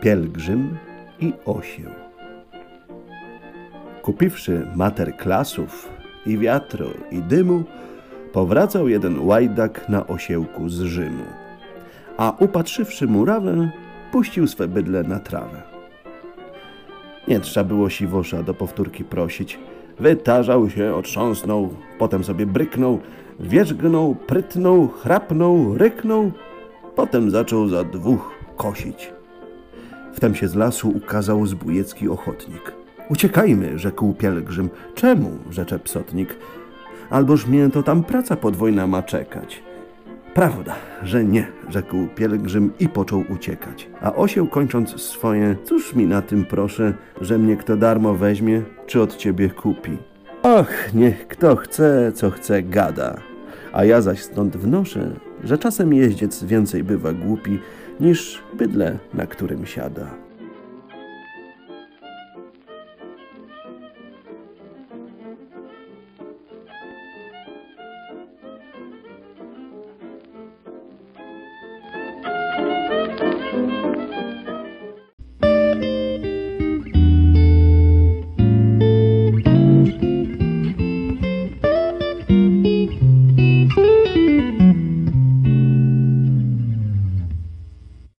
Pielgrzym i osieł. Kupiwszy mater klasów i wiatru i dymu, powracał jeden łajdak na osiełku z Rzymu, a upatrzywszy murawę, puścił swe bydlę na trawę. Nie trzeba było siwosza do powtórki prosić. Wytarzał się, otrząsnął, potem sobie bryknął, wierzgnął, prytnął, chrapnął, ryknął, potem zaczął za dwóch kosić. Wtem się z lasu ukazał zbójecki ochotnik. Uciekajmy, rzekł pielgrzym. Czemu? Rzecze psotnik. Alboż mnie to tam praca podwójna ma czekać. Prawda, że nie, rzekł pielgrzym i począł uciekać. A osieł kończąc swoje, cóż mi na tym proszę, że mnie kto darmo weźmie, czy od ciebie kupi? Och, niech kto chce, co chce gada. A ja zaś stąd wnoszę, że czasem jeździec więcej bywa głupi, niż bydlę, na którym siada.